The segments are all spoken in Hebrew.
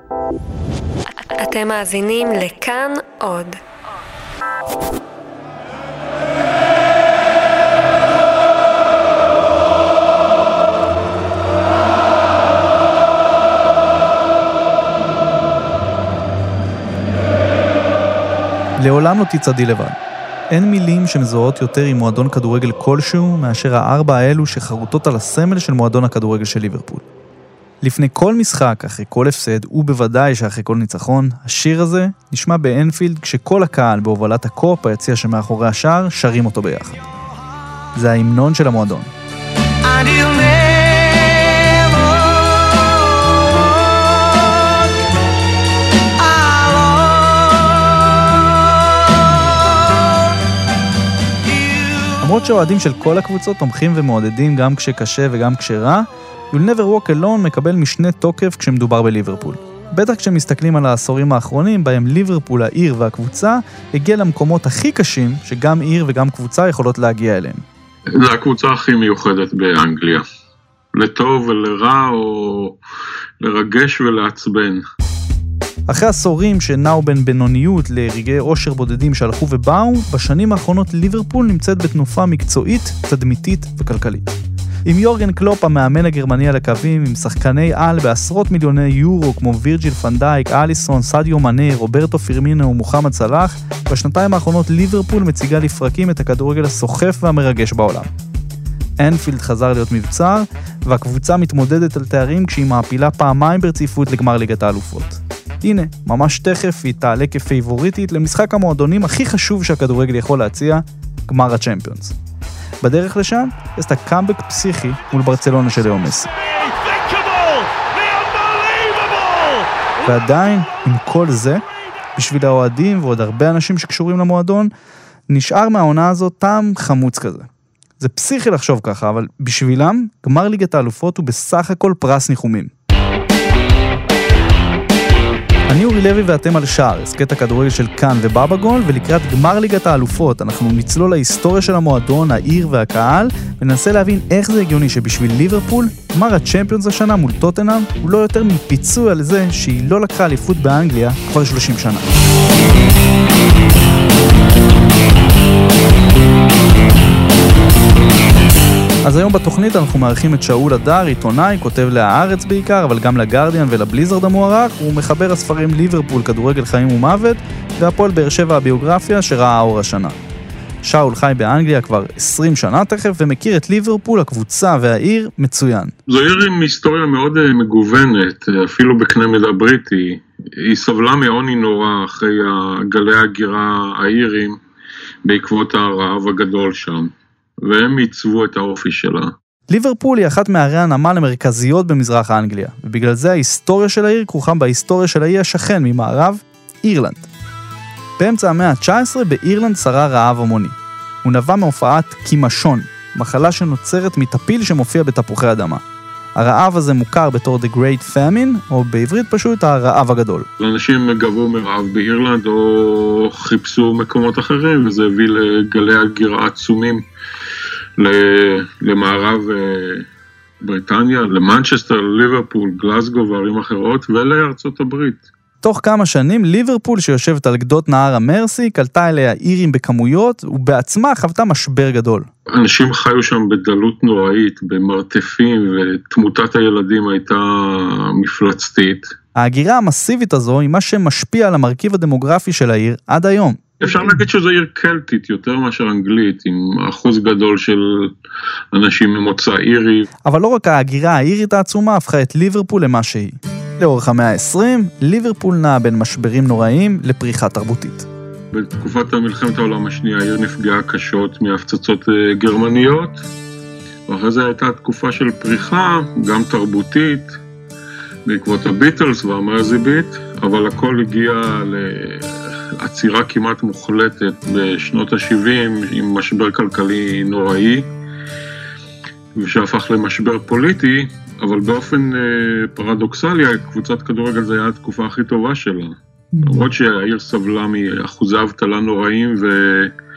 אתם מאזינים לכאן עוד. לעולם לא תצעדי לבד. אין מילים שמזוהות יותר עם מועדון כדורגל כלשהו מאשר הארבע האלו שחרוטות על הסמל של מועדון הכדורגל של ליברפול. לפני כל משחק, אחרי כל הפסד, ובוודאי שאחרי כל ניצחון, השיר הזה נשמע באנפילד כשכל הקהל בהובלת הקופ היציע שמאחורי השער שרים אותו ביחד. זה ההמנון של המועדון. למרות שהאוהדים של כל הקבוצות תומכים ומעודדים גם כשקשה וגם כשרע, You'll Never Walk Alone מקבל משנה תוקף כשמדובר בליברפול. בטח כשמסתכלים על העשורים האחרונים, בהם ליברפול, העיר והקבוצה, הגיע למקומות הכי קשים שגם עיר וגם קבוצה יכולות להגיע אליהם. זו הקבוצה הכי מיוחדת באנגליה. לטוב ולרע או לרגש ולעצבן. אחרי עשורים שנעו בין בינוניות לרגעי עושר בודדים שהלכו ובאו, בשנים האחרונות ליברפול נמצאת בתנופה מקצועית, תדמיתית וכלכלית. עם יורגן קלופ, המאמן הגרמני על הקווים, עם שחקני על בעשרות מיליוני יורו כמו וירג'יל פנדייק, אליסון, סדיו מנה, רוברטו פירמינו ומוחמד סלאח, בשנתיים האחרונות ליברפול מציגה לפרקים את הכדורגל הסוחף והמרגש בעולם. אנפילד חזר להיות מבצר, והקבוצה מתמודדת על תארים כשהיא מעפילה פעמיים ברציפות לגמר ליגת האלופות. הנה, ממש תכף היא תעלה כפייבוריטית למשחק המועדונים הכי חשוב שהכדורגל יכול להציע, גמר הצ'מפיונס. בדרך לשם, יש את הקאמבק פסיכי מול ברצלונה של לאו מסי. ועדיין, עם כל זה, בשביל האוהדים ועוד הרבה אנשים שקשורים למועדון, נשאר מהעונה הזאת טעם חמוץ כזה. זה פסיכי לחשוב ככה, אבל בשבילם, גמר ליגת האלופות הוא בסך הכל פרס ניחומים. אני אורי לוי ואתם על שער, הסקט הכדורגל של כאן ובאבא גול, ולקראת גמר ליגת האלופות אנחנו נצלול להיסטוריה של המועדון, העיר והקהל, וננסה להבין איך זה הגיוני שבשביל ליברפול, גמר הצ'מפיונס השנה מול טוטנהאם, הוא לא יותר מפיצוי על זה שהיא לא לקחה אליפות באנגליה כבר 30 שנה. אז היום בתוכנית אנחנו מארחים את שאול הדר, עיתונאי, כותב להארץ בעיקר, אבל גם לגרדיאן ולבליזרד המוערך, הוא מחבר הספרים ליברפול, כדורגל חיים ומוות, והפועל באר שבע הביוגרפיה שראה אור השנה. שאול חי באנגליה כבר 20 שנה תכף, ומכיר את ליברפול, הקבוצה והעיר מצוין. זו עיר עם היסטוריה מאוד מגוונת, אפילו בקנה מידה בריטי. היא סבלה מעוני נורא אחרי גלי הגירה האירים, בעקבות הרעב הגדול שם. והם ייצבו את האופי שלה. ליברפול היא אחת מערי הנמל המרכזיות במזרח האנגליה, ובגלל זה ההיסטוריה של העיר כרוכה בהיסטוריה של האי השכן ממערב, אירלנד. באמצע המאה ה-19 באירלנד שרה רעב המוני. הוא נבע מהופעת קימשון, מחלה שנוצרת מטפיל שמופיע בתפוחי אדמה. הרעב הזה מוכר בתור The Great Famine, או בעברית פשוט הרעב הגדול. אנשים גבו מרעב באירלנד או חיפשו מקומות אחרים, וזה הביא לגלי הגירה עצומים למערב בריטניה, למנצ'סטר, ליברפול, גלסגו וערים אחרות, ולארצות הברית. תוך כמה שנים ליברפול שיושבת על גדות נהר המרסי, קלטה אליה אירים בכמויות, ובעצמה חוותה משבר גדול. אנשים חיו שם בדלות נוראית, במרתפים, ותמותת הילדים הייתה מפלצתית. ההגירה המסיבית הזו היא מה שמשפיע על המרכיב הדמוגרפי של העיר עד היום. אפשר להגיד שזו עיר קלטית יותר מאשר אנגלית, עם אחוז גדול של אנשים ממוצא אירי. אבל לא רק ההגירה האירית העצומה הפכה את ליברפול למה שהיא. לאורך המאה ה-20, ליברפול נעה בין משברים נוראים לפריחה תרבותית. בתקופת מלחמת העולם השנייה, העיר נפגעה קשות מהפצצות גרמניות, ואחרי זה הייתה תקופה של פריחה, גם תרבותית, בעקבות הביטלס והמרזי ביט, אבל הכל הגיע לעצירה כמעט מוחלטת בשנות ה-70, עם משבר כלכלי נוראי, ושהפך למשבר פוליטי, אבל באופן פרדוקסלי, קבוצת כדורגל זה היה התקופה הכי טובה שלה. למרות שהעיר סבלה מאחוזי אבטלה נוראים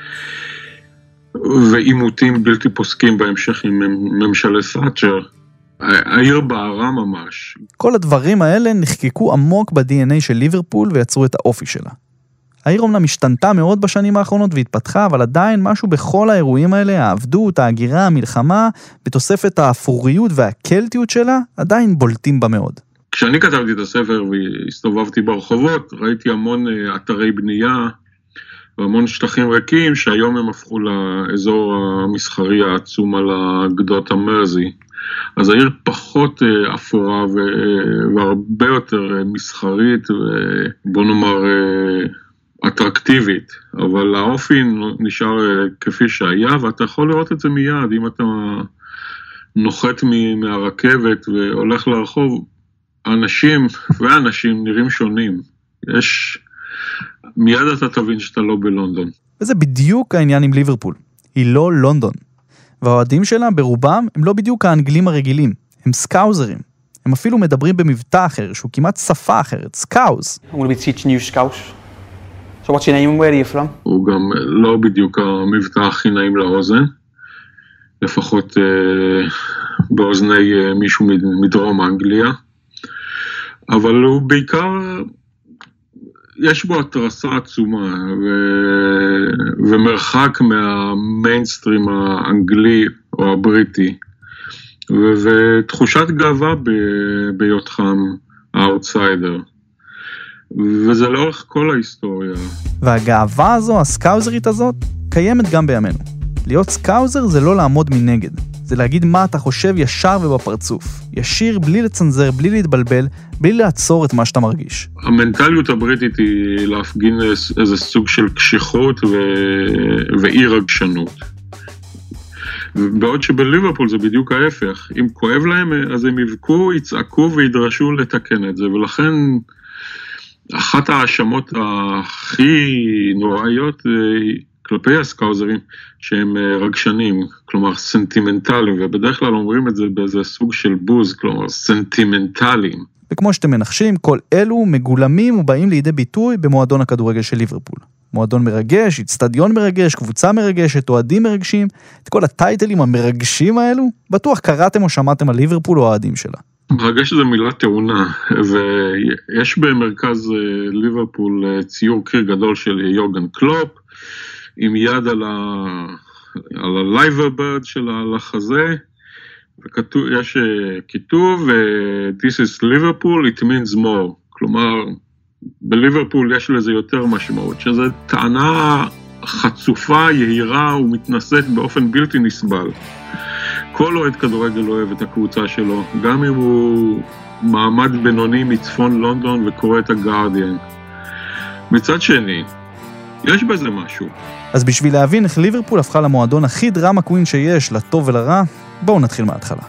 ועימותים בלתי פוסקים בהמשך עם ממשלת תאצ'ר. העיר בערה ממש. כל הדברים האלה נחקקו עמוק ב-DNA של ליברפול ויצרו את האופי שלה. העיר אומנם השתנתה מאוד בשנים האחרונות והתפתחה, אבל עדיין משהו בכל האירועים האלה, העבדות, ההגירה, המלחמה, בתוספת האפרוריות והקלטיות שלה, עדיין בולטים בה מאוד. כשאני כתבתי את הספר והסתובבתי ברחובות, ראיתי המון אתרי בנייה, והמון שטחים ריקים, שהיום הם הפכו לאזור המסחרי העצום על גדות המרזי. אז העיר פחות אפורה והרבה יותר מסחרית, ובוא נאמר אטרקטיבית, אבל האופי נשאר כפי שהיה, ואתה יכול לראות את זה מיד, אם אתה נוחת מהרכבת והולך לרחוב, אנשים ואנשים נראים שונים. מיד אתה תבין שאתה לא בלונדון. וזה בדיוק העניין עם ליברפול. היא לא לונדון. והאוהדים שלה ברובם הם לא בדיוק האנגלים הרגילים. הם סקאוזרים. הם אפילו מדברים במבטא אחר, שהוא כמעט שפה אחרת. סקאוז. I'm going to be teaching you Scouse. So what's your name and where are you from? הוא גם לא בדיוק המבטא הכי נעים לאוזן. לפחות באוזני מישהו מדרום אנגליה. אבל הוא בעיקר, יש בו התרסה עצומה, ומרחק מהמיינסטרים האנגלי או הבריטי, ותחושת גאווה בהיותכם האוטסיידר. וזה לאורך כל ההיסטוריה. והגאווה הזו, הסקאוזרית הזאת, קיימת גם בימינו. להיות סקאוזר זה לא לעמוד מנגד. זה להגיד מה אתה חושב ישר ובפרצוף. ישיר, בלי לצנזר, בלי להתבלבל, בלי לעצור את מה שאתה מרגיש. המנטליות הבריטית היא להפגין איזה סוג של קשיחות ואי רגשנות. בעוד שבליברפול זה בדיוק ההפך. אם כואב להם, אז הם יבכו, יצעקו וידרשו לתקן את זה. ולכן אחת ההאשמות הכי נוראיות כלפי הסקאוזרים, שהם רגשנים, כלומר סנטימנטליים, ובדרך כלל אומרים את זה באיזה סוג של בוז, כלומר סנטימנטליים. וכמו שאתם מנחשים, כל אלו מגולמים ובאים לידי ביטוי במועדון הכדורגל של ליברפול. מועדון מרגש, אצטדיון מרגש, קבוצה מרגשת, אוהדים מרגשים, את כל הטייטלים המרגשים האלו, בטוח קראתם או שמעתם על ליברפול או האוהדים שלה. מרגש זו מילה טעונה, ויש במרכז ליברפול ציור קיר גדול של יורגן קלופ, עם יד על ה-Liverbird של החזה, ויש כיתוב, This is Liverpool, it means more. כלומר, בליברפול יש לזה יותר משמעות, שזו טענה חצופה, יהירה ומתנשאת באופן בלתי נסבל. כל אוהד כדורגל אוהב את הקבוצה שלו, גם אם הוא מעמד בינוני מצפון לונדון וקורא את הגארדיאן. מצד שני, יש בזה משהו. אז בשביל להבין איך ליברפול הפכה למועדון הכי דרמה קווין שיש, לטוב ולרע, בואו נתחיל מההתחלה.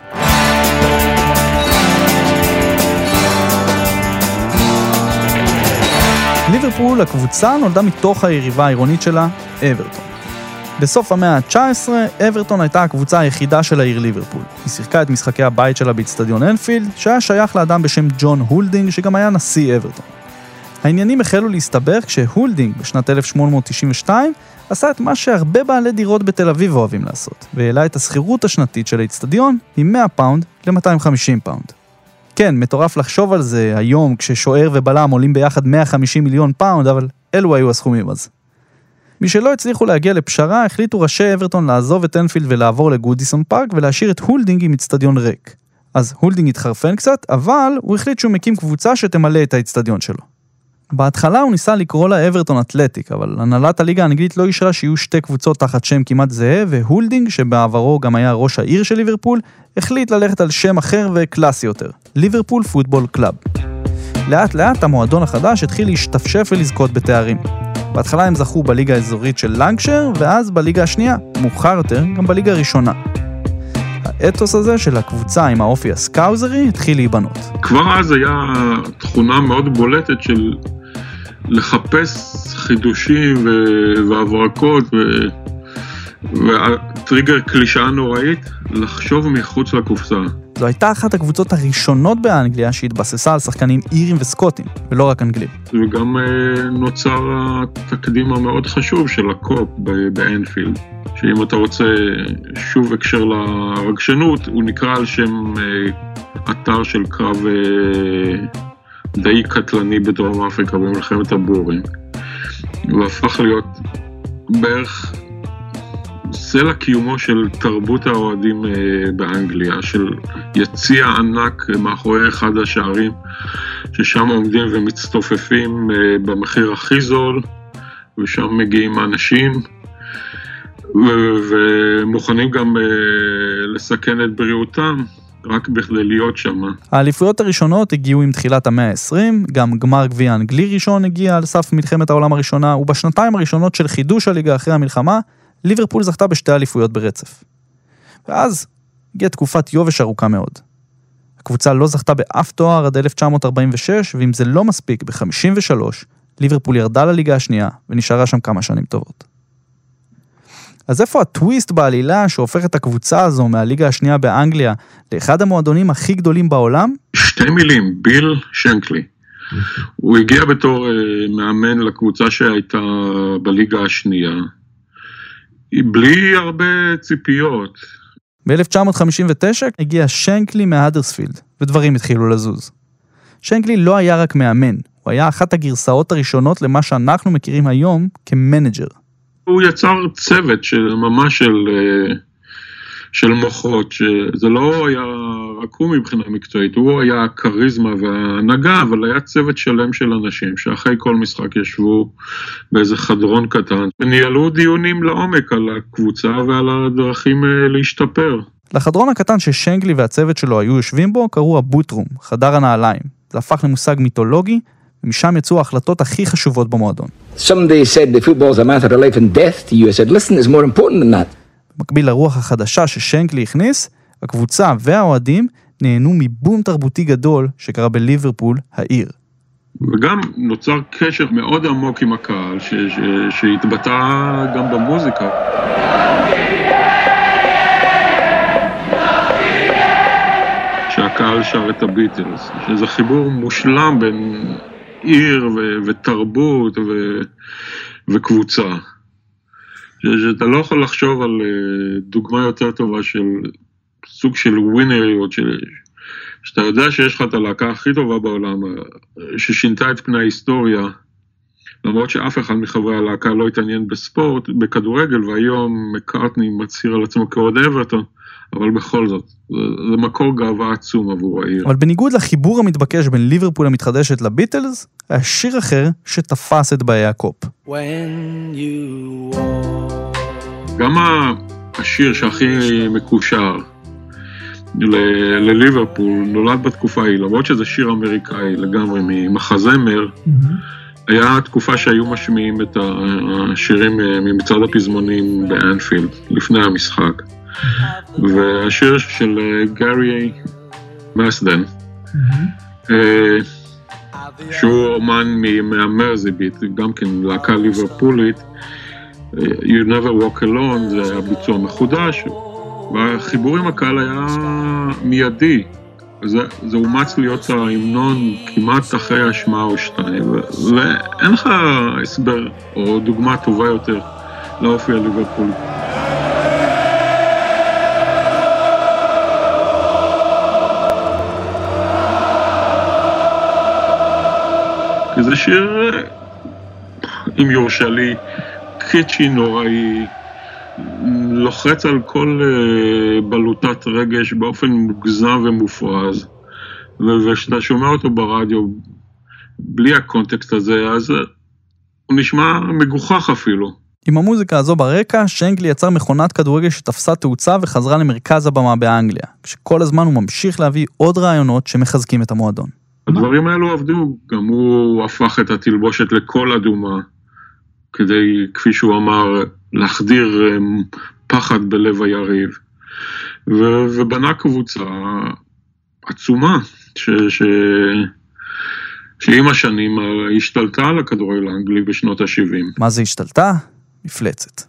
ליברפול, הקבוצה, נולדה מתוך היריבה העירונית שלה, אברטון. בסוף המאה ה-19, אברטון הייתה הקבוצה היחידה של העיר ליברפול. היא שיחקה את משחקי הבית שלה באצטדיון אנפילד, שהיה שייך לאדם בשם ג'ון הולדינג, שגם היה נשיא אברטון. העניינים החלו להסתבר כשהולדינג בשנת 1892 עשה את מה שהרבה בעלי דירות בתל אביב אוהבים לעשות, והעלה את השכירות השנתית של האצטדיון מ-100 פאונד ל-250 פאונד. כן, מטורף לחשוב על זה היום כששוער ובלם עולים ביחד 150 מיליון פאונד, אבל אלו היו הסכומים אז. מי שלא הצליחו להגיע לפשרה, החליטו ראשי אברטון לעזוב את אנפילד ולעבור לגודיסון פארק ולהשאיר את הולדינג עם אצטדיון ריק. אז הולדינג התחרפן קצת, אבל הוא החליט שהוא מקים קבוצה שתמלא את האצטדיון שלו. בהתחלה הוא ניסה לקרוא לה אברטון אתלטיק, אבל הנהלת הליגה האנגלית לא אישרה שיהיו שתי קבוצות תחת שם כמעט זהה, והולדינג, שבעברו גם היה ראש העיר של ליברפול, החליט ללכת על שם אחר וקלאסי יותר, ליברפול פוטבול קלאב. לאט לאט המועדון החדש התחיל להשתפשף ולזכות בתארים. בהתחלה הם זכו בליגה האזורית של לנקשר, ואז בליגה השנייה, מאוחר יותר, גם בליגה הראשונה. האתוס הזה של הקבוצה עם האופי הסקאוזרי התחיל להיבנות. כבר אז היה תכונה מאוד בולטת של לחפש חידושים והברקות וטריגר קלישאה נוראית, לחשוב מחוץ לקופסה. זו הייתה אחת הקבוצות הראשונות באנגליה שהתבססה על שחקנים אירים וסקוטים, ולא רק אנגלים. וגם נוצר התקדים המאוד חשוב של הקופ באנפילד, שאם אתה רוצה שוב הקשר לרגשנות, הוא נקרא על שם אתר של קרב די קטלני בדרום אפריקה במלחמת הבורים. הוא הפך להיות בערך סלע קיומו של תרבות האוהדים באנגליה, של יציע ענק מאחורי אחד השערים, ששם עומדים ומצטופפים במחיר הכי זול, ושם מגיעים האנשים, ומוכנים גם לסכן את בריאותם, רק בכדי להיות שם. האליפויות הראשונות הגיעו עם תחילת המאה ה-20, גם גמר גביע אנגלי ראשון הגיע על סף מלחמת העולם הראשונה, ובשנתיים הראשונות של חידוש הליגה אחרי המלחמה, ליברפול זכתה בשתי אליפויות ברצף. ואז הגיעה תקופת יובש ארוכה מאוד. הקבוצה לא זכתה באף תואר עד 1946, ואם זה לא מספיק, ב-53, ליברפול ירדה לליגה השנייה, ונשארה שם כמה שנים טובות. אז איפה הטוויסט בעלילה שהופך את הקבוצה הזו מהליגה השנייה באנגליה לאחד המועדונים הכי גדולים בעולם? 2 מילים, ביל שנקלי. הוא הגיע בתור מאמן לקבוצה שהייתה בליגה השנייה, בלי הרבה ציפיות. ב-1959 הגיע שנקלי מהאדרספילד, ודברים התחילו לזוז. שנקלי לא היה רק מאמן, הוא היה אחת הגרסאות הראשונות למה שאנחנו מכירים היום כמנג'ר. הוא יצר צוות ממש של מוחות, שזה לא היה רק הוא מבחינה מקצועית, הוא היה הקריזמה וההנהגה, אבל היה צוות שלם של אנשים, שאחרי כל משחק ישבו באיזה חדרון קטן, וניהלו דיונים לעומק על הקבוצה ועל הדרכים להשתפר. לחדרון הקטן ששנקלי והצוות שלו היו יושבים בו, קראו הבוטרום, חדר הנעליים. זה הפך למושג מיתולוגי, ומשם יצאו ההחלטות הכי חשובות במועדון. Somebody said the football is a matter of life and death to you. I said, listen, it's more important than that. במקביל לרוח החדשה ששנקלי הכניס, הקבוצה והאוהדים נהנו מבום תרבותי גדול שקרה בליברפול, העיר. וגם נוצר קשר מאוד עמוק עם הקהל, שהתבטא גם במוזיקה. שהקהל שר את הביטלס, שזה חיבור מושלם בין עיר ותרבות וקבוצה. שאתה לא יכול לחשוב על דוגמה יותר טובה של סוג של ווינריות, שאתה יודע שיש לך את הלהקה הכי טובה בעולם, ששינתה את פני ההיסטוריה, למרות שאף אחד מחברי הלהקה לא התעניין בספורט, בכדורגל, והיום מקארטני מצהיר על עצמו כאוהד אברטון, אבל בכל זאת, זה מקור גאווה עצום עבור העיר. אבל בניגוד לחיבור המתבקש בין ליברפול המתחדשת לביטלס, היה שיר אחר שתפס את באי הקופ. גם השיר שהכי מקושר לליברפול נולד בתקופה ההיא, למרות שזה שיר אמריקאי לגמרי ממחזמר, היה תקופה שהיו משמיעים את השירים ממצעד הפזמונים באנפילד, לפני המשחק. והשיר של גארי מסדן, שהוא אומן מהמרזיביט, גם כן להקה ליברפולית, You Never Walk Alone, זה היה ביצוע מחודש, והחיבור עם הקהל היה מיידי. זה אומץ להיות ההמנון כמעט אחרי השמעה או שתיים, ואין לך הסבר או דוגמה טובה יותר לאופי הליברפולי. זה שיר, אם יורשה לי, קיצ'י נוראי, לוחץ על כל בלוטת רגש באופן מוגזם ומופרז, וכשאתה שומע אותו ברדיו בלי הקונטקסט הזה, אז הוא נשמע מגוחך אפילו. עם המוזיקה הזו ברקע, שנקלי יצר מכונת כדורגל שתפסה תאוצה וחזרה למרכז הבמה באנגליה, כשכל הזמן הוא ממשיך להביא עוד רעיונות שמחזקים את המועדון. הדברים האלו עבדו, גם הוא הפך את התלבושת לכל אדומה, כדי, כפי שהוא אמר, להחדיר פחד בלב היריב, ובנה קבוצה עצומה, שעם השנים השתלטה על הכדורגל האנגלי בשנות ה-70. מה זה השתלטה? מפלצת.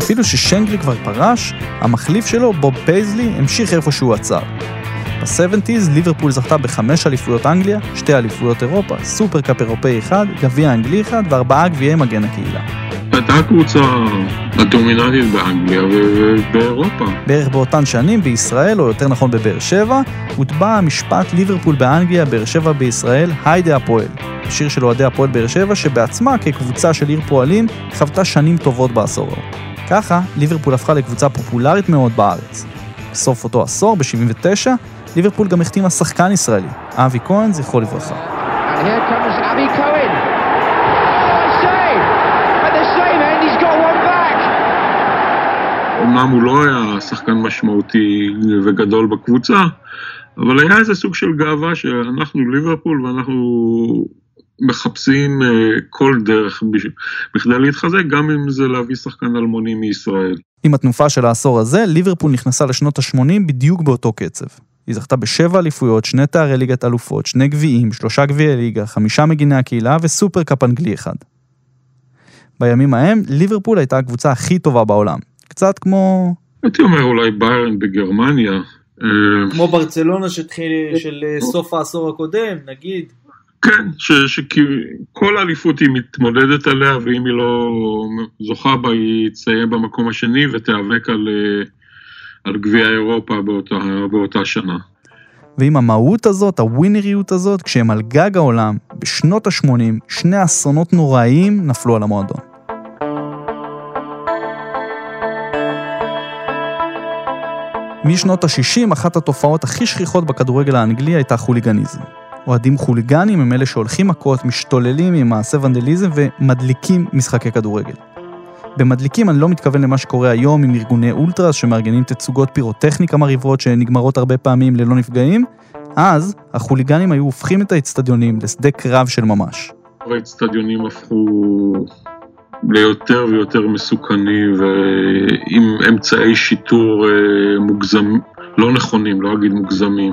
אפילו ששנגלי כבר פרש, המחליף שלו, בוב פייזלי, המשיך איפה שהוא עצר. ב-70s ליברפול זכתה ב5 אליפויות אנגליה, 2 אליפויות אירופה, סופר קאפ אירופאי 1, גביע אנגלי 1 ו4 גביעי מגן הקהילה. הייתה הקבוצה הדומיננטית באנגליה ובאירופה. בערך באותן שנים בישראל, או יותר נכון בבאר שבע, הוטבע המשפט ליברפול באנגליה, באר שבע בישראל, היידה הפועל. שיר של אוהדי הפועל באר שבע, שבעצמה כקבוצה של עיר פועלים, חוותה שנים טובות בעשור. ככה, ליברפול הפכה לקבוצה פופולרית מאוד בארץ. בסוף אותו עשור, ב-79, ליברפול גם החתימה שחקן ישראלי, אבי כהן, זכרו לברכה. And here comes Abby Cohen. Oh, save! At the same end, he's got one back. אמנם הוא לא היה שחקן משמעותי וגדול בקבוצה, אבל היה איזה סוג של גאווה שאנחנו ליברפול ואנחנו מחפשים כל דרך בכדי להתחזק, גם אם זה להביא שחקן אלמוני מישראל. עם התנופה של העשור הזה, ליברפול נכנסה לשנות ה-80 בדיוק באותו קצב. היא זכתה ב7 אליפויות, 2 תארי ליגת אלופות, 2 גביעים, 3 גביעי ליגה, 5 מגיני הקהילה וסופר קאפ אנגלי 1. בימים ההם, ליברפול הייתה הקבוצה הכי טובה בעולם. קצת כמו... הייתי אומר אולי ביירן בגרמניה. כמו ברצלונה של סוף העשור הקודם, נגיד. כן, שכל האליפות היא מתמודדת עליה, ואם היא לא זוכה בה, היא תסיים במקום השני ותיאבק על גביע אירופה באותה שנה. ועם המהות הזאת, הווינריות הזאת, כשהם על גג העולם, בשנות ה-80, 2 אסונות נוראיים נפלו על המועדון. משנות ה-60, אחת התופעות הכי שכיחות בכדורגל האנגלי הייתה חוליגניזם. אוהדים חוליגנים הם אלה שהולכים מכות, משתוללים עם מעשה ונדליזם ומדליקים משחקי כדורגל. במדליקים אני לא מתכוון למה שקורה היום עם ארגוני אולטרס שמארגנים תצוגות פירוטכניקה מריבות שנגמרות הרבה פעמים ללא נפגעים. אז החוליגנים היו הופכים את האצטדיונים לשדה קרב של ממש. האצטדיונים הפכו ליותר ויותר מסוכנים ועם אמצעי שיטור לא נכונים, לא אגיד מוגזמים.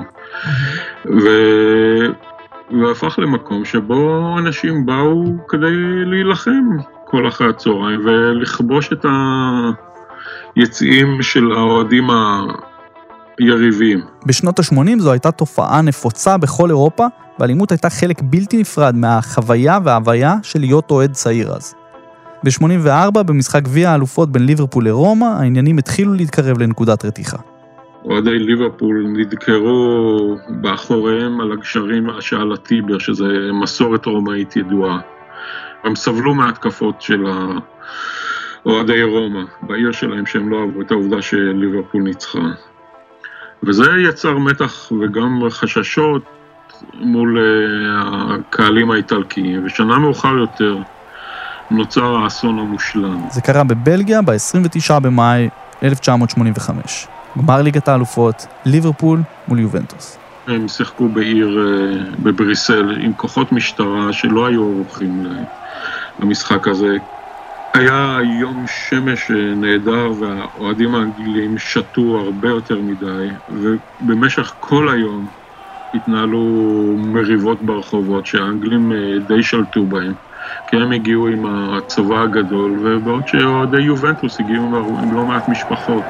והפך למקום שבו אנשים באו כדי להילחם כל אחרי הצהריים ולכבוש את היציאים של האוהדים היריבים. בשנות ה-80 זו הייתה תופעה נפוצה בכל אירופה, והאלימות הייתה חלק בלתי נפרד מהחוויה וההוויה של להיות אוהד צעיר אז. ב-84 במשחק גביע האלופות בין ליברפול לרומא, העניינים התחילו להתקרב לנקודת רתיחה. אוהדי ליברפול נדקרו באחוריהם על הגשרים שעל הטיבר, שזה מסורת רומאית ידועה. הם סבלו מהתקפות של אוהדי רומא בעיר שלהם, שהם לא אהבו את העובדה שליברפול ניצחה. וזה יצר מתח וגם חששות מול הקהלים האיטלקיים, ושנה מאוחר יותר נוצר האסון המושלם. זה קרה בבלגיה ב-29 במאי 1985. גמר ליגת האלופות, ליברפול מול יובנטוס. הם שיחקו בעיר בבריסל עם כוחות משטרה שלא היו ערוכים למשחק הזה. היה יום שמש נהדר והאוהדים האנגלים שתו הרבה יותר מדי, ובמשך כל היום התנהלו מריבות ברחובות שהאנגלים די שלטו בהם, כי הם הגיעו עם הצבא הגדול, ובעוד שאוהדי יובנטוס הגיעו עם לא מעט משפחות.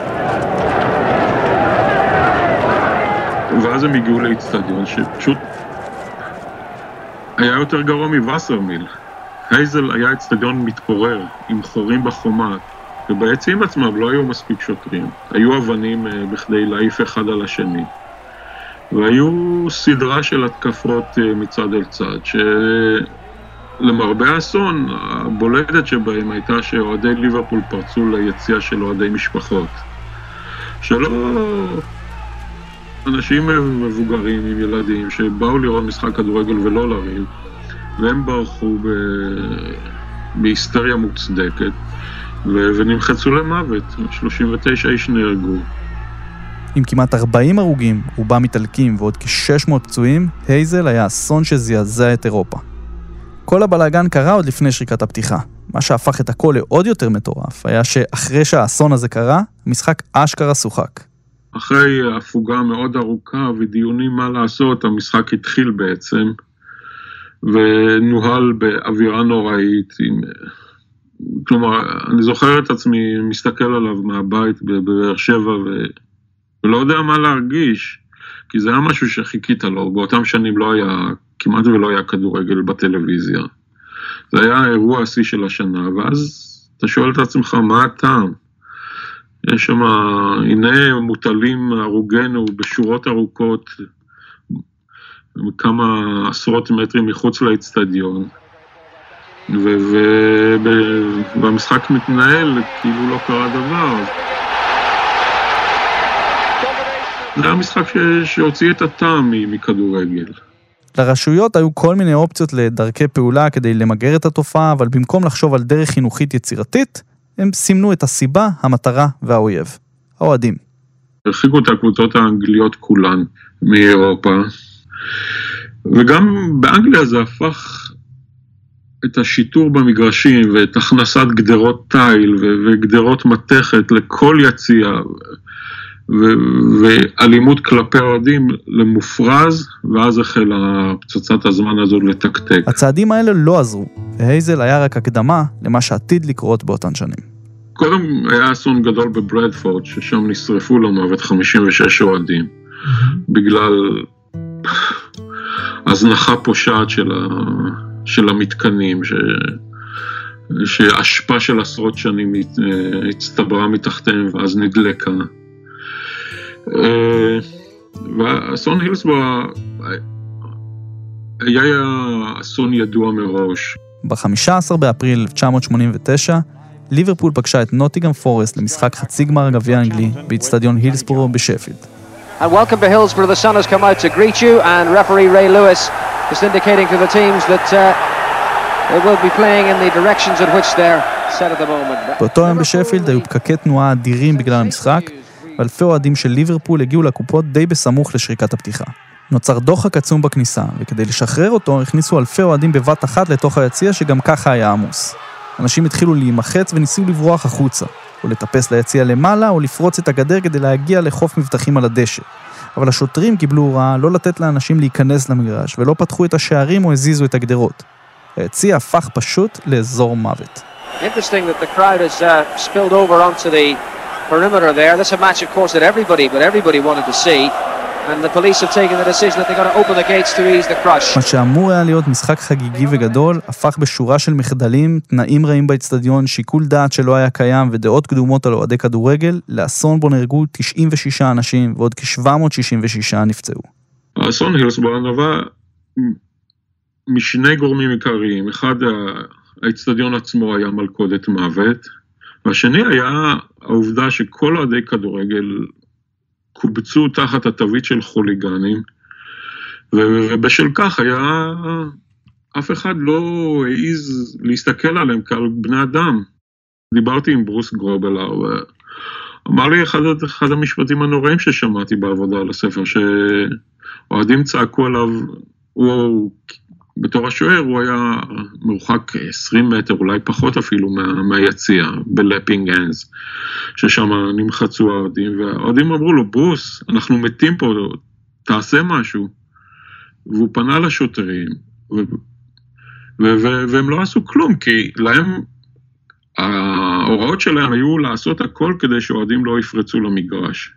ואז הם הגיעו לאצטדיון שפשוט היה יותר גרוע מווסרמיל. הייזל היה אצטדיון מתפורר עם חורים בחומה, וביציעים עצמם לא היו מספיק שוטרים. היו אבנים בכדי להעיף אחד על השני. והיו סדרה של התקפות מצד אל צד, שלמרבה האסון, הבולטת שבהם הייתה שאוהדי ליברפול פרצו ליציאה של אוהדי משפחות. שלא... אנשים מבוגרים עם ילדים שבאו לראות משחק כדורגל ולא לריב, והם ברחו בהיסטריה מוצדקת, ונמחצו למוות. 39 איש נהרגו. עם כמעט 40 הרוגים, רובם איטלקים ועוד כ-600 פצועים, הייזל היה אסון שזעזע את אירופה. כל הבלגן קרה עוד לפני שריקת הפתיחה. מה שהפך את הכל לעוד יותר מטורף היה שאחרי שהאסון הזה קרה, המשחק אשכרה שוחק. אחרי הפוגה מאוד ארוכה ודיונים מה לעשות, המשחק התחיל בעצם, ונוהל באווירה נוראית, עם כלומר, אני זוכר את עצמי, מסתכל עליו מהבית בבאר שבע, ולא יודע מה להרגיש, כי זה היה משהו שחיכית לו, באותם שנים לא היה, כמעט ולא היה כדורגל בטלוויזיה. זה היה האירוע השיא של השנה, ואז אתה שואל את עצמך, מה הטעם? יש שם, הנה מוטלים הרוגנו בשורות ארוכות, כמה עשרות מטרים מחוץ לאצטדיון, והמשחק מתנהל כאילו לא קרה דבר. זה היה משחק שהוציא את הטעם מכדורגל. לרשויות היו כל מיני אופציות לדרכי פעולה כדי למגר את התופעה, אבל במקום לחשוב על דרך חינוכית יצירתית, הם סימנו את הסיבה, המטרה והאויב. האוהדים. הרחיקו את הקבוצות האנגליות כולן מאירופה, וגם באנגליה זה הפך את השיטור במגרשים ואת הכנסת גדרות תיל וגדרות מתכת לכל יציאה ואלימות כלפי אוהדים למופרז, ואז החלה פצצת הזמן הזו לתקתק. הצעדים האלה לא עזרו, והייזל היה רק הקדמה למה שעתיד לקרות באותן שנים. קודם היה אסון גדול בברדפורד, ששם נשרפו למוות 56 אוהדים, בגלל הזנחה פושעת של המתקנים, שהשפעה של עשרות שנים הצטברה מתחתיהם ואז נדלקה. ואסון הילסבורו היה אסון ידוע מראש. ב-15 באפריל 1989, ליברפול פגשה את נוטיגהאם פורסט למשחק חצי גמר גביע אנגלי באצטדיון הילסבורו בשפילד. And welcome to Hillsborough. The sun has come out to greet you, and referee Ray Lewis is indicating to the teams that they will be playing in the directions in which they're set at the moment. באותו יום בשפילד היו פקקי תנועה אדירים בגלל המשחק, ואלפי אוהדים של ליברפול הגיעו לקופות די בסמוך לשריקת הפתיחה. נוצר דוחק עצום בכניסה, וכדי לשחרר אותו הכניסו אלפי אוהדים בבת אחת לתוך היציע שגם ככה היה עמוס. אנשים התחילו להימחץ וניסו לברוח החוצה, או לטפס ליציע למעלה, או לפרוץ את הגדר כדי להגיע לחוף מבטחים על הדשא. אבל השוטרים קיבלו הוראה לא לתת לאנשים להיכנס למגרש, ולא פתחו את השערים או הזיזו את הגדרות. היציע הפך פשוט לאזור מוות. Interesting that the crowd has spilled over onto the perimeter there. This is a match, of course, that everybody wanted to see. And the police have taken the decision that they're going to open the gates to ease the crush. מה שאמור היה להיות משחק חגיגי וגדול, הפך בשורה של מחדלים, תנאים רעים באצטדיון, שיקול דעת שלא היה קיים ודעות קדומות על אוהדי כדורגל, לאסון בו נהרגו 96 אנשים ועוד כ-766 נפצעו. האסון הילסבורו נבע משני גורמים עיקריים. אחד, האצטדיון עצמו היה מלכודת מוות, והשני היה העובדה שכל אוהדי כדורגל קובצו תחת התווית של חוליגנים, ובשל כך היה, אף אחד לא העיז להסתכל עליהם כעל בני אדם. דיברתי עם ברוס גרובלר, ואמר לי אחד המשפטים הנוראים ששמעתי בעבודה על הספר, שאוהדים צעקו עליו, הוא בתור השוער, הוא היה מרוחק 20 מטר, אולי פחות אפילו מהיציע, בלפינג אנס, ששם נמחצו האוהדים, והאוהדים אמרו לו, ברוס, אנחנו מתים פה, תעשה משהו. והוא פנה לשוטרים, והם לא עשו כלום, כי להם, ההוראות שלהם היו לעשות הכל כדי שאוהדים לא יפרצו למגרש.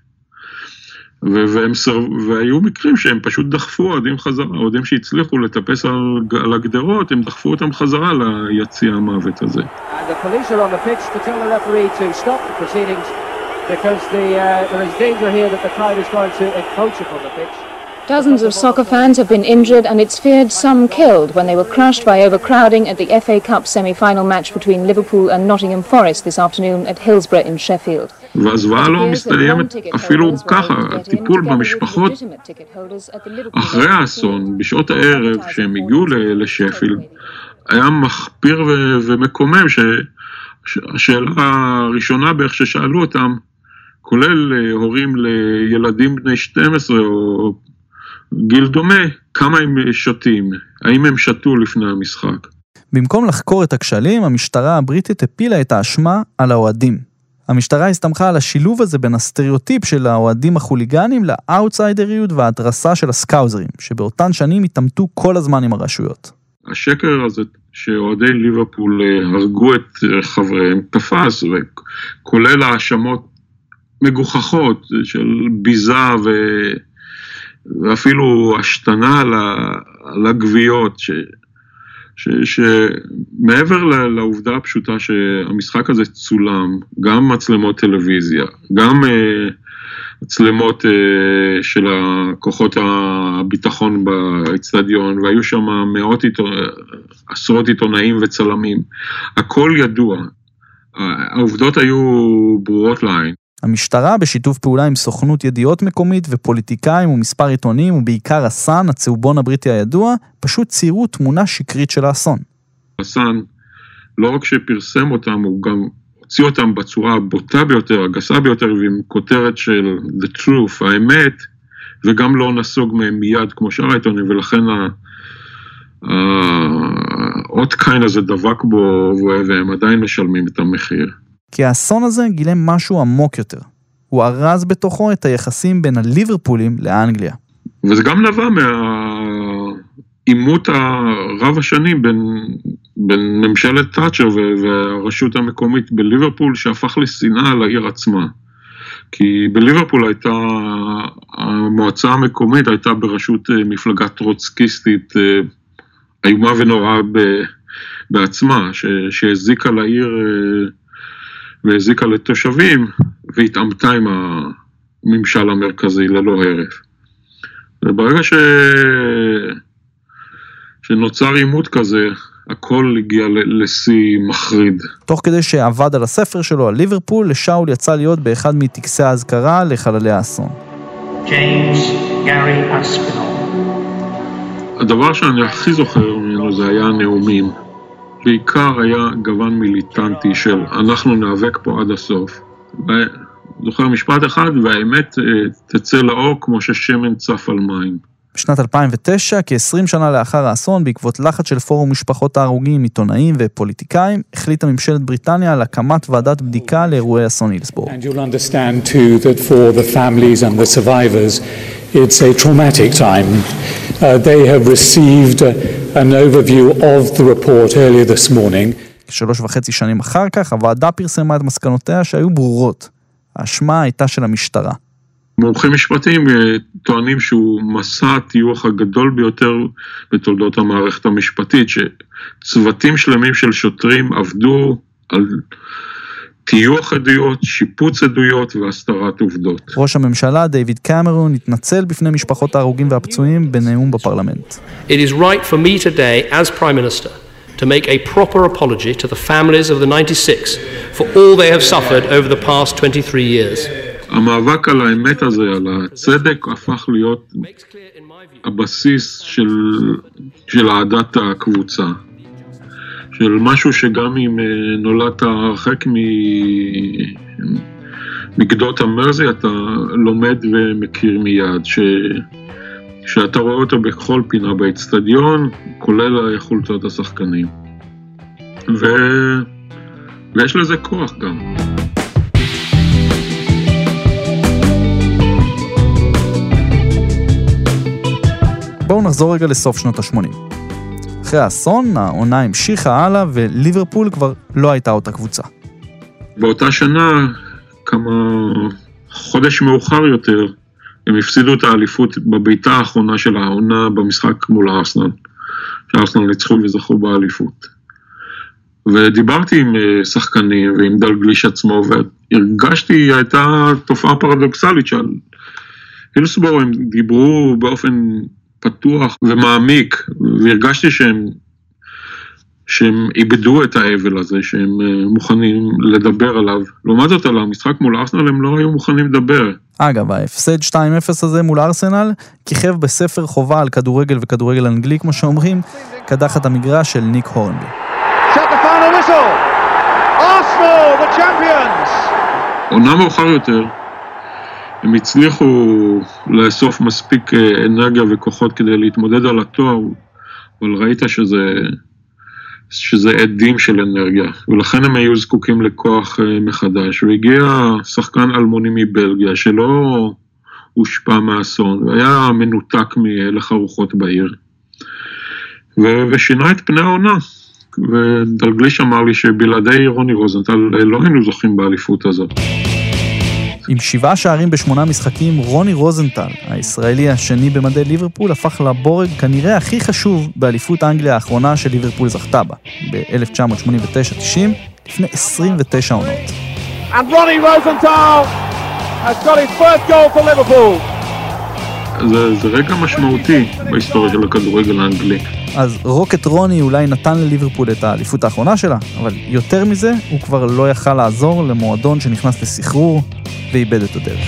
והיו מקרים שהם פשוט דחפו אוהדים חזרה, אוהדים שהצליחו לטפס על הגדרות, הם דחפו אותם חזרה ליציע המוות הזה. And the police are on the pitch to tell the referee to stop the proceedings because there is danger here that the crowd is going to encroach upon the pitch. Dozens of soccer fans have been injured and it's feared some killed when they were crushed by overcrowding at the FA Cup semi-final match between Liverpool and Nottingham Forest this afternoon at Hillsborough in Sheffield. והזוועה לא מסתיימת אפילו ככה, הטיפול במשפחות אחרי האסון, בשעות הערב שהם הגיעו לשפילד, היה מחפיר ומקומם, שהשאלה הראשונה בערך ששאלו אותם, כולל הורים לילדים בני 12 או גיל דומה, כמה הם שותים, האם הם שתו לפני המשחק. במקום לחקור את הכשלים, המשטרה הבריטית הפילה את האשמה על האוהדים. המשטרה הסתמכה על השילוב הזה בין הסטריאוטיפ של האוהדים החוליגנים לאוטסיידריות וההדרסה של הסקאוזרים, שבאותן שנים התאמתו כל הזמן עם הרשויות. השקר הזה שאוהדי ליברפול הרגו את חבריהם תפס, וכולל האשמות מגוחכות של ביזה ואפילו השתנה על הגוויות, שמעבר לעובדה הפשוטה שהמשחק הזה צולם, גם מצלמות טלוויזיה, גם מצלמות של כוחות הביטחון באצטדיון, והיו שם עשרות עיתונאים וצלמים, הכל ידוע, העובדות היו ברורות לעין. המשטרה בשיתוף פעולה עם סוכנות ידיעות מקומית ופוליטיקאים ומספר עיתונים ובעיקר הסן, הצהובון הבריטי הידוע, פשוט ציירו תמונה שקרית של האסון. הסן לא רק שפרסם אותם, הוא גם הוציא אותם בצורה הבוטה ביותר, הגסה ביותר, ועם כותרת של The Truth, האמת, וגם לא נסוג מהם מיד כמו שאר העיתונים, ולכן עוד קיין הזה דבק בו, והם עדיין משלמים את המחיר. כי האסון הזה גילם משהו עמוק יותר. הוא ארז בתוכו את היחסים בין הליברפולים לאנגליה. וזה גם נבע מהעימות הרב השנים בין ממשלת תאצ'ר והרשות המקומית בליברפול, שהפך לשנאה לעיר עצמה. כי בליברפול הייתה, המועצה המקומית הייתה בראשות מפלגה טרוצקיסטית איומה ונוראה בעצמה, שהזיקה לעיר והזיקה לתושבים, והתעמתה עם הממשל המרכזי ללא הרף. וברגע שנוצר עימות כזה, הכל הגיע לשיא מחריד. תוך כדי שעבד על הספר שלו על ליברפול, לשאול יצא להיות באחד מטקסי ההזכרה לחללי האסון. ג'יימס גארי אספינול. הדבר שאני הכי זוכר ממנו זה היה הנאומים. בעיקר היה גוון מיליטנטי של אנחנו נאבק פה עד הסוף. זוכר משפט אחד, והאמת תצא לאור כמו ששמן צף על מים. בשנת 2009, כ-20 שנה לאחר האסון, בעקבות לחץ של פורום משפחות ההרוגים, עיתונאים ופוליטיקאים, החליטה ממשלת בריטניה על הקמת ועדת בדיקה לאירועי אסון הילסבורג. And you'll understand too that for the families and the survivors, it's a traumatic time. They have received an overview of the report earlier this morning. 3.5 שנים אחר כך, הוועדה פרסמה את מסקנותיה שהיו ברורות. האשמה הייתה של המשטרה. מומחים משפטיים טוענים שהוא מסע הטיוח הגדול ביותר בתולדות המערכת המשפטית, שצוותים שלמים של שוטרים עבדו על טיוח עדויות, שיפוץ עדויות והסתרת עובדות. ראש הממשלה דיוויד קמרון התנצל בפני משפחות ההרוגים והפצועים בנאום בפרלמנט. It is right for me today as Prime Minister to make a proper apology to the families of the 96 for all they have suffered over the past 23 years. המאבק על האמת הזה, על הצדק, הפך להיות הבסיס של עדת הקבוצה. של משהו שגם אם נולדת הרחק מגדות המרזי, אתה לומד ומכיר מיד, שאתה רואה אותו בכל פינה באצטדיון, כולל חולצות השחקנים. ויש לזה כוח גם. בואו נחזור רגע לסוף שנות ה-80. אחרי האסון, העונה המשיכה הלאה, וליברפול כבר לא הייתה אותה קבוצה. באותה שנה, כמה חודש מאוחר יותר, הם הפסידו את האליפות בביתה האחרונה של העונה במשחק מול ארסנל. שארסנל ניצחו וזכו באליפות. ודיברתי עם שחקנים ועם דלגליש עצמו, והרגשתי, הייתה תופעה פרדוקסלית של הילסבורג, הם דיברו באופן פתוח ומעמיק, והרגשתי שהם איבדו את האבל הזה, שהם מוכנים לדבר עליו. לעומת זאת, על המשחק מול ארסנל הם לא היו מוכנים לדבר. אגב, ההפסד 2-0 הזה מול ארסנל, כיכב בספר חובה על כדורגל וכדורגל אנגלי, כמו שאומרים, קדחת המגרש של ניק הורנבי. עונה מאוחר יותר, הם הצליחו לאסוף מספיק אנרגיה וכוחות כדי להתמודד על התואר, אבל ראית שזה עדים של אנרגיה, ולכן הם היו זקוקים לכוח מחדש, והגיע שחקן אלמוני מבלגיה שלא הושפע מהאסון, והיה מנותק מהלך הרוחות בעיר. ושינה את פני העונה. ודלגליש אמר לי שבלעדי רוני רוזנטל לא היינו זוכים באליפות הזאת. עם 7 שערים ב8 משחקים, רוני רוזנטל, הישראלי השני במדי ליברפול, הפך לבורג כנראה הכי חשוב באליפות אנגליה האחרונה של ליברפול זכתה בה, ב-1989-90, לפני 29 עונות. And Ronnie Rosenthal has got his first goal for Liverpool. זה רגע משמעותי בהיסטוריה של הכדורגל האנגלי. אז רוקט רוני אולי נתן לליברפול את האליפות האחרונה שלה, אבל יותר מזה הוא כבר לא יכל לעזור למועדון שנכנס לסחרור ואיבד את הדרך.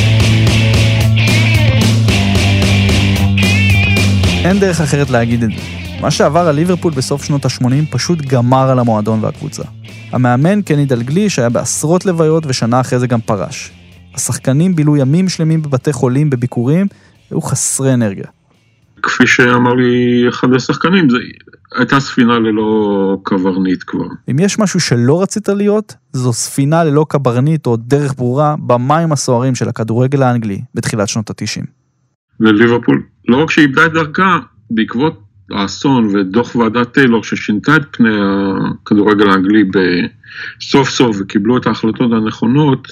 אין דרך אחרת להגיד את זה. מה שעבר על ליברפול בסוף שנות ה-80 פשוט גמר על המועדון והקבוצה. המאמן קני דלגליש היה בעשרות לוויות ושנה אחרי זה גם פרש. השחקנים בילו ימים שלמים בבתי חולים בביקורים והיו חסרי אנרגיה. כפי שאמר לי אחד השחקנים, הייתה ספינה ללא קברנית כבר. אם יש משהו שלא רצית להיות, זו ספינה ללא קברנית או דרך ברורה במים הסוערים של הכדורגל האנגלי בתחילת שנות ה-90. וליברפול, לא רק שאיבדה את דרכה, בעקבות האסון ודוח ועדת טיילור ששינתה את פני הכדורגל האנגלי בסוף סוף וקיבלו את ההחלטות הנכונות,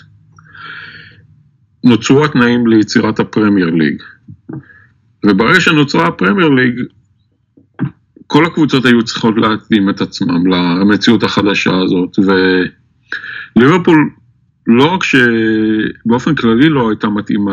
נוצרו התנאים ליצירת הפרמייר ליג. וברגע שנוצרה הפרמייר ליג, כל הקבוצות היו צריכות להתאים את עצמם למציאות החדשה הזאת, וליברפול לא רק שבאופן כללי לא הייתה מתאימה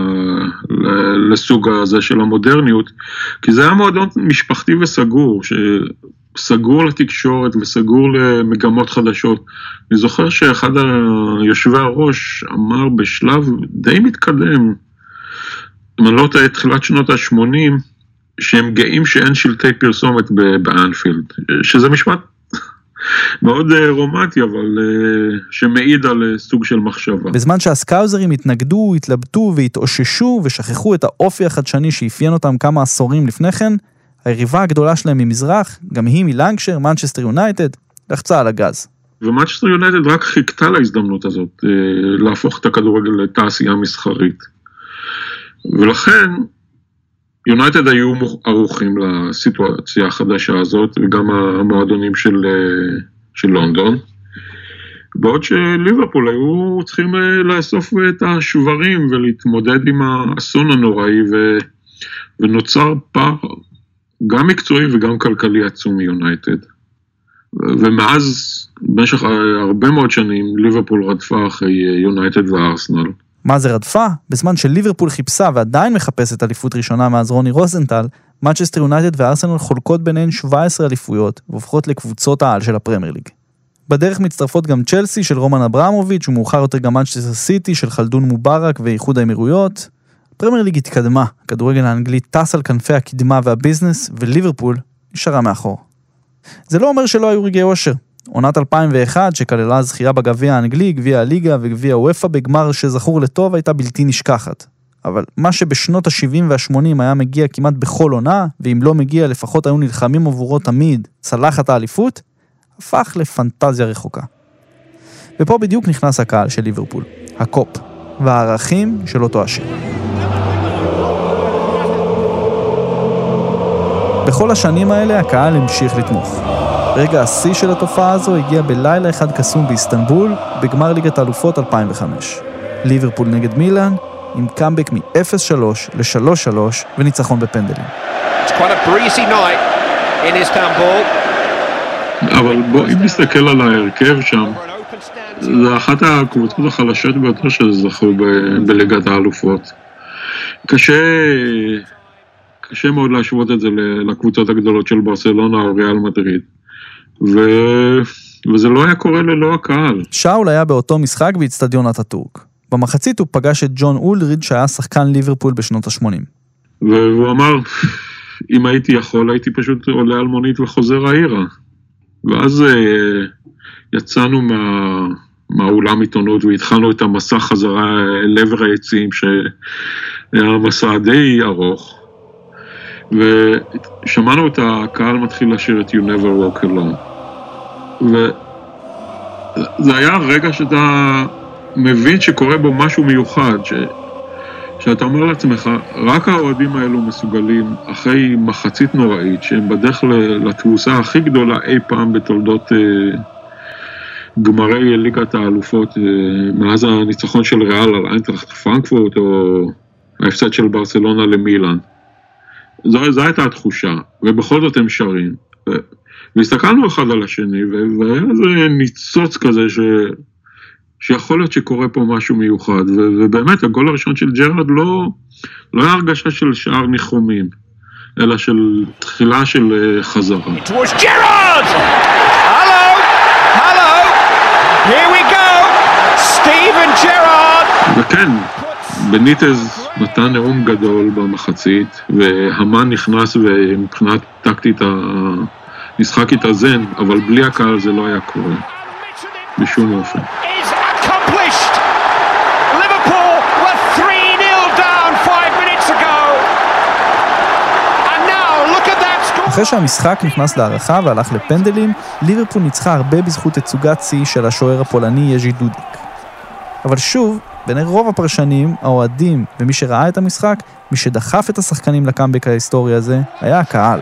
לסוג הזה של המודרניות, כי זה היה מועדון משפחתי וסגור, שסגור לתקשורת וסגור למגמות חדשות. אני זוכר שאחד היושבי הראש אמר בשלב די מתקדם, אם אני לא טועה, תחילת שנות ה-80, שהם גאים שאין שלטי פרסומת באנפילד, שזה משפט מאוד רומנטי, אבל שמעיד על סוג של מחשבה. בזמן שהסקאוזרים התנגדו, התלבטו והתאוששו ושכחו את האופי החדשני שאפיין אותם כמה עשורים לפני כן, היריבה הגדולה שלהם ממזרח, גם היא מלנקשר, מנצ'סטר יונייטד, לחצה על הגז. ומנצ'סטר יונייטד רק חיכתה להזדמנות הזאת, להפוך את הכדורגל לתעשייה מסחרית. ולכן יונייטד היו ערוכים לסיטואציה החדשה הזאת, וגם המועדונים של לונדון, בעוד שליברפול היו צריכים לאסוף את השברים ולהתמודד עם האסון הנוראי, ונוצר פער גם מקצועי וגם כלכלי עצום מיונייטד. ומאז, במשך הרבה מאוד שנים, ליברפול רדפה אחרי יונייטד וארסנל. מה זה רדפה? בזמן שליברפול חיפשה ועדיין מחפשת אליפות ראשונה מאז רוני רוזנטל, מנצ'סטר יונייטד וארסנל חולקות ביניהן 17 אליפויות, והופכות לקבוצות העל של הפרמייר ליג. בדרך מצטרפות גם צ'לסי של רומן אברמוביץ' ומאוחר יותר גם מנצ'סטר סיטי של חלדון מובארק ואיחוד האמירויות. הפרמייר ליג התקדמה, הכדורגל האנגלי טס על כנפי הקדמה והביזנס, וליברפול נשארה מאחור. זה לא אומר שלא היו רגעי אושר. עונת 2001 שכללה זכייה בגביע האנגלי, גביע הליגה וגביע הוופא בגמר שזכור לטוב הייתה בלתי נשכחת. אבל מה שבשנות ה-70 וה-80 היה מגיע כמעט בכל עונה, ואם לא מגיע לפחות היו נלחמים עבורו תמיד, צלחת האליפות, הפך לפנטזיה רחוקה. ופה בדיוק נכנס הקהל של ליברפול, הקופ, והערכים של אותו השיר. בכל השנים האלה הקהל המשיך לתמוך. רגע השיא של התופעה הזו הגיע בלילה אחד קסום באיסטנבול, בגמר ליגת האלופות 2005. ליברפול נגד מילאן, עם קאמבק מ-0-3 ל-3-3 וניצחון בפנדלים. It's quite a breezy night in Istanbul. אבל בוא, אם נסתכל על ההרכב שם, זה אחת הקבוצות החלשות ביותר שזכו בליגת האלופות. קשה מאוד להשוות את זה לקבוצות הגדולות של ברסלונה או ריאל מדריד. וזה לא היה קורה ללא הקהל. שאול היה באותו משחק באצטדיון אטאטורק. במחצית הוא פגש את ג'ון אולדריד שהיה שחקן ליברפול בשנות ה-80. והוא אמר, אם הייתי יכול, הייתי פשוט עולה על מונית וחוזר העירה. ואז יצאנו מהאולם עיתונות והתחלנו את המסע חזרה לעבר היציעים שהיה מסע די ארוך. ושמענו את הקהל מתחיל לשיר את You Never Walk Alone. וזה היה רגע שאתה מבין שקורה בו משהו מיוחד, שאתה אומר לעצמך, רק האוהדים האלו מסוגלים, אחרי מחצית נוראית, שהם בדרך לתבוסה הכי גדולה אי פעם בתולדות גמרי ליגת האלופות, מאז הניצחון של ריאל על איינטראכט פרנקפורט, או ההפסד של ברצלונה למילאן. זו הייתה התחושה, ובכל זאת הם שרים. והסתכלנו אחד על השני, והיה איזה ניצוץ כזה שיכול להיות שקורה פה משהו מיוחד, ובאמת הגול הראשון של ג'רארד לא היה הרגשה של שער ניחומים, אלא של תחילה של חזרה. It was Gerrard! Hello! Here we go! Steven Gerrard! וכן, בניטז נתן נאום גדול במחצית, והמן נכנס ומבחינת טקטית המשחק התאזן, אבל בלי הקהל זה לא היה קורה, בשום אופן. אחרי שהמשחק נכנס להערכה והלך לפנדלים, ליברפול ניצחה הרבה בזכות תצוגת שיא של השוער הפולני יז'י דודיק. אבל שוב, בין רוב הפרשנים, האוהדים ומי שראה את המשחק, מי שדחף את השחקנים לקאמבק ההיסטורי הזה, היה הקהל.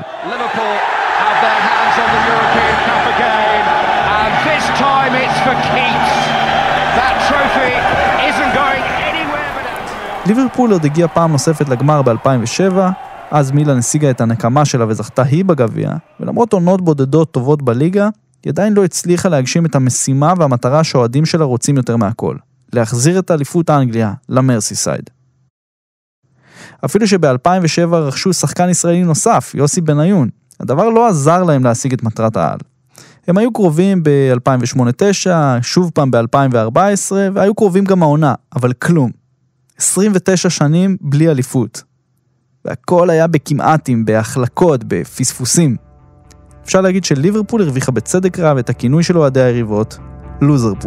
ליברפול עוד הגיע פעם נוספת לגמר ב-2007, אז מילאן השיגה את הנקמה שלה וזכתה היא בגביע, ולמרות עונות בודדות טובות בליגה, היא עדיין לא הצליחה להגשים את המשימה והמטרה שהאוהדים שלה רוצים יותר מהכל, להחזיר את האליפות האנגליה למרסיסייד. אפילו שב-2007 רכשו שחקן ישראלי נוסף, יוסי בניון, הדבר לא עזר להם להשיג את מטרת העל. הם היו קרובים ב-2008-2009, שוב פעם ב-2014, והיו קרובים גם העונה, אבל כלום. 29 שנים בלי אליפות. והכל היה בכמעטים, בהחלקות, בפספוסים. אפשר להגיד שליברפול הרוויחה בצדק רב את הכינוי של אוהדי היריבות, לוזרפול.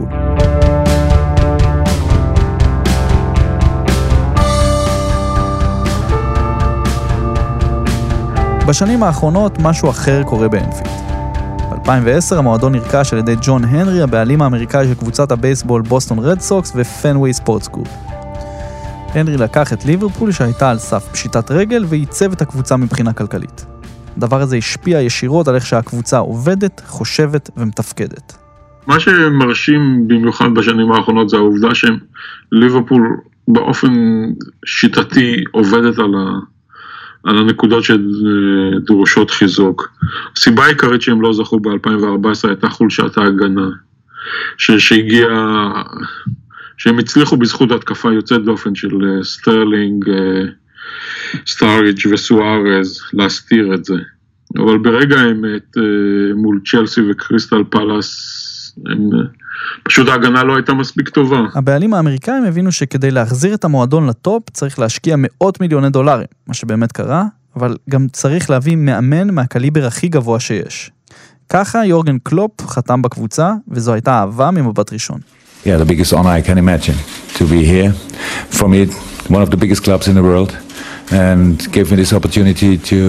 בשנים האחרונות משהו אחר קורה באנפילד. ב-2010 המועדון נרכש על ידי ג'ון הנרי, הבעלים האמריקאי של קבוצת הבייסבול בוסטון רד סוקס ופנוויי ספורטס גרופ. הנרי לקח את ליברפול שהייתה על סף פשיטת רגל וייצב את הקבוצה מבחינה כלכלית. הדבר הזה השפיע ישירות על איך שהקבוצה עובדת, חושבת ומתפקדת. מה שמרשים במיוחד בשנים האחרונות זה העובדה שליברפול באופן שיטתי עובדת על הנקודות שדרושות חיזוק. הסיבה העיקרית שהם לא זכו ב-2014 הייתה חולשת ההגנה, שהם הצליחו בזכות התקפה יוצאת דופן של סטרלינג, סטאריג' וסוארז להסתיר את זה. אבל ברגע האמת מול צ'לסי וקריסטל פלאס, פשוט ההגנה לא הייתה מספיק טובה. הבעלים האמריקאים הבינו שכדי להחזיר את המועדון לטופ צריך להשקיע $100 מיליון, מה שבאמת קרה, אבל גם צריך להביא מאמן מהקליבר הכי גבוה שיש. ככה יורגן קלופ חתם בקבוצה, וזו הייתה אהבה ממבט ראשון. Yeah, the biggest honor I can imagine to be here. For me, one of the biggest clubs in the world, and gave me this opportunity to,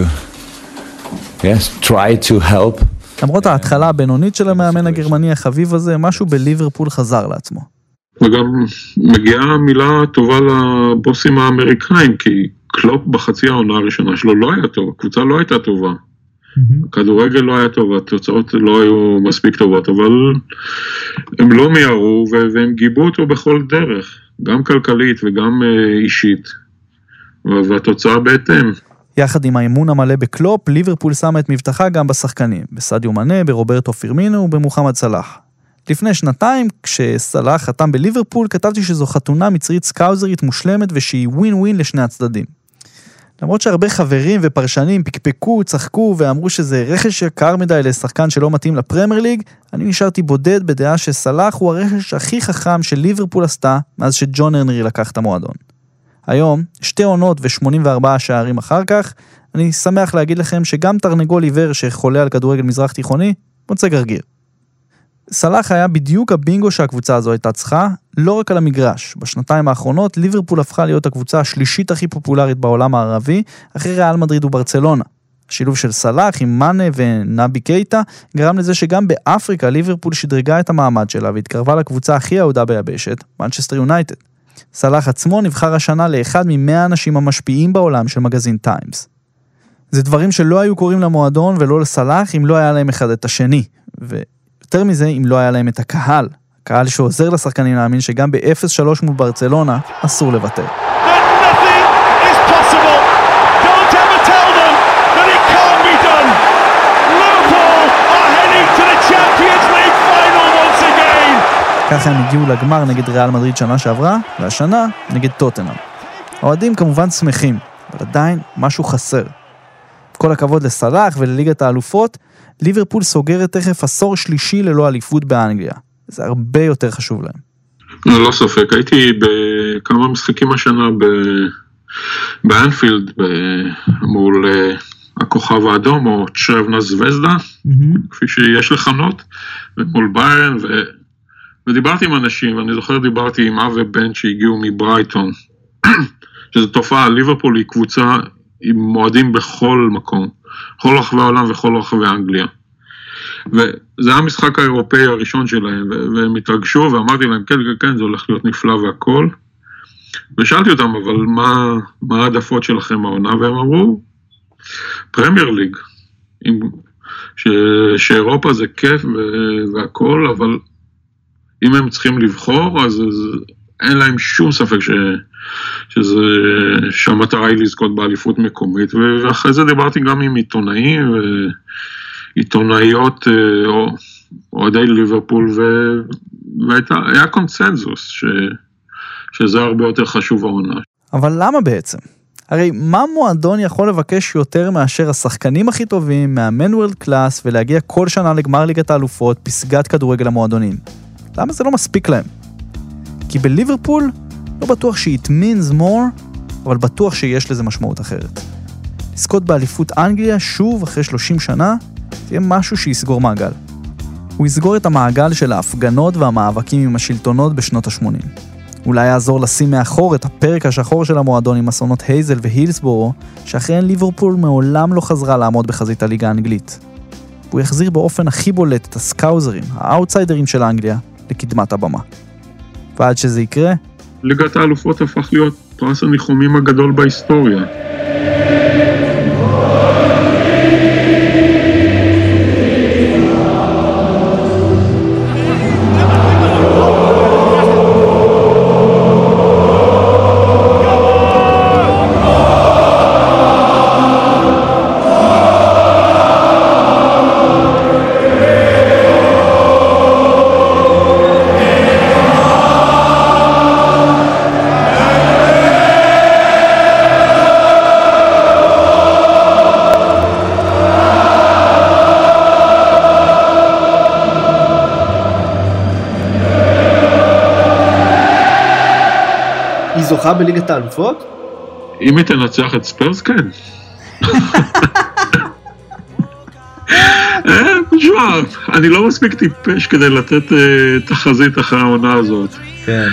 try to help. למרות ההתחלה הבינונית של המאמן הגרמני החביב הזה, משהו בליברפול חזר לעצמו. וגם מגיעה מילה טובה לבוסים האמריקאים, כי קלופ בחצי העונה הראשונה שלו לא היה טוב, הקבוצה לא הייתה טובה. הכדורגל לא היה טוב, התוצאות לא היו מספיק טובות, אבל הם לא מיירו והם גיבו אותו בכל דרך, גם כלכלית וגם אישית, והתוצאה בהתאם. יחד עם האמון המלא בקלופ, ליברפול שמה את מבטחה גם בשחקנים, בסדיו מנה, ברוברטו פירמינו ובמוחמד סלאח. לפני שנתיים, כשסלאח חתם בליברפול, כתבתי שזו חתונה מצרית סקאוזרית מושלמת ושהיא ווין ווין לשני הצדדים. למרות שהרבה חברים ופרשנים פקפקו, צחקו ואמרו שזה רכש יקר מדי לשחקן שלא מתאים לפרמייר ליג, אני נשארתי בודד בדעה שסלאח הוא הרכש הכי חכם של ליברפול עשתה מאז שג'ון הנרי לקח את המועדון. היום, 2 עונות ו84 שערים אחר כך, אני שמח להגיד לכם שגם תרנגול עיוור שחולה על כדורגל מזרח תיכוני, מוצא גרגיר. סלאח היה בדיוק הבינגו שהקבוצה הזו הייתה צריכה, לא רק על המגרש. בשנתיים האחרונות ליברפול הפכה להיות הקבוצה השלישית הכי פופולרית בעולם הערבי, אחרי ריאל מדריד וברצלונה. השילוב של סלאח עם מאנה ונאבי קייטה גרם לזה שגם באפריקה ליברפול שדרגה את המעמד שלה והתקרבה לקבוצה הכי אהודה ביבשת, מנצ'סטר יונייטד. סלאח עצמו נבחר השנה לאחד מ100 האנשים המשפיעים בעולם של מגזין טיימס. זה דברים שלא היו קוראים למועדון ולא לסלאח אם לא היה להם אחד את השני, ויותר מזה אם לא היה להם את הקהל. קהל שעוזר לשחקנים להאמין שגם ב-0-3 מול ברצלונה אסור לוותר. ככה הם הגיעו לגמר נגד ריאל מדריד שנה שעברה, והשנה נגד טוטנהאם. האוהדים כמובן שמחים, אבל עדיין משהו חסר. כל הכבוד לסלאח ולליגת האלופות, ליברפול סוגרת תכף עשור שלישי ללא אליפות באנגליה. זה הרבה יותר חשוב להם. לא ספק, הייתי בכמה משחקים השנה באנפילד מול הכוכב האדום או צ'רבנה זווזדה, כפי שיש לכנות, מול ביירן, ודיברתי עם אנשים, ואני זוכר דיברתי עם אב ובן שהגיעו מברייטון, שזו תופעה, ליברפול היא קבוצה עם מועדים בכל מקום, בכל רחבי העולם וכל רחבי אנגליה. וזה המשחק האירופאי הראשון שלהם, והם התרגשו, ואמרתי להם, כן, זה הולך להיות נפלא והכל. ושאלתי אותם, אבל מה העדפות שלכם העונה? והם אמרו, פרמייר ליג, שאירופה זה כיף והכל, אבל אם הם צריכים לבחור, אז אין להם שום ספק שהמטרה היא לזכות באליפות מקומית. ואחרי זה דיברתי גם עם עיתונאים ועיתונאיות אוהדי ליברפול, והיה קונצנזוס שזה הרבה יותר חשוב העונה. אבל למה בעצם? הרי מה מועדון יכול לבקש יותר מאשר השחקנים הכי טובים, מאמן וורלד קלאס, ולהגיע כל שנה לגמר ליגת האלופות, פסגת כדורגל המועדונים? למה זה לא מספיק להם? כי בליברפול לא בטוח ש-it means more, אבל בטוח שיש לזה משמעות אחרת. לזכות באליפות אנגליה שוב אחרי 30 שנה, תהיה משהו שיסגור מעגל. הוא יסגור את המעגל של ההפגנות והמאבקים עם השלטונות בשנות ה-80. אולי יעזור לשים מאחור את הפרק השחור של המועדון עם אסונות הייזל והילסבורו, שאחריהן ליברפול מעולם לא חזרה לעמוד בחזית הליגה האנגלית. הוא יחזיר באופן הכי בולט את הסקאוזרים, האאוטסיידרים של אנגליה, לקדמת הבמה. ועד שזה יקרה, ליגת האלופות הפך להיות פרס הניחומים הגדול בהיסטוריה. זוכה בליגת האלופות? אם היא תנצח את ספרס, כן. תשמע, אני לא מספיק טיפש כדי לתת תחזית אחרי העונה הזאת. כן,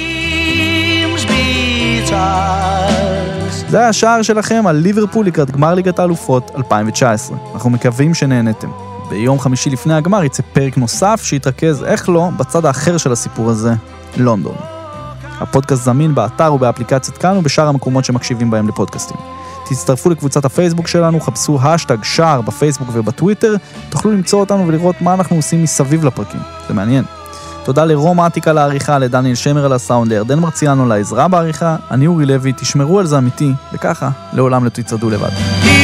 זה היה השער שלכם על ליברפול לקראת גמר ליגת האלופות 2019. אנחנו מקווים שנהנתם. ביום חמישי לפני הגמר יצא פרק נוסף שיתרכז, איך לא, בצד האחר של הסיפור הזה, לונדון. הפודקאסט זמין באתר ובאפליקציית כאן ובשאר המקומות שמקשיבים בהם לפודקאסטים. תצטרפו לקבוצת הפייסבוק שלנו, חפשו השטג שער בפייסבוק ובטוויטר, תוכלו למצוא אותנו ולראות מה אנחנו עושים מסביב לפרקים. זה מעניין. תודה לרום עתיקה לעריכה, לדניאל שמר על הסאונד, לירדן מרציאנו לעזרה בעריכה, אני אורי לוי, תשמרו על זה אמיתי, וככה לעולם לא תצעדו לבד.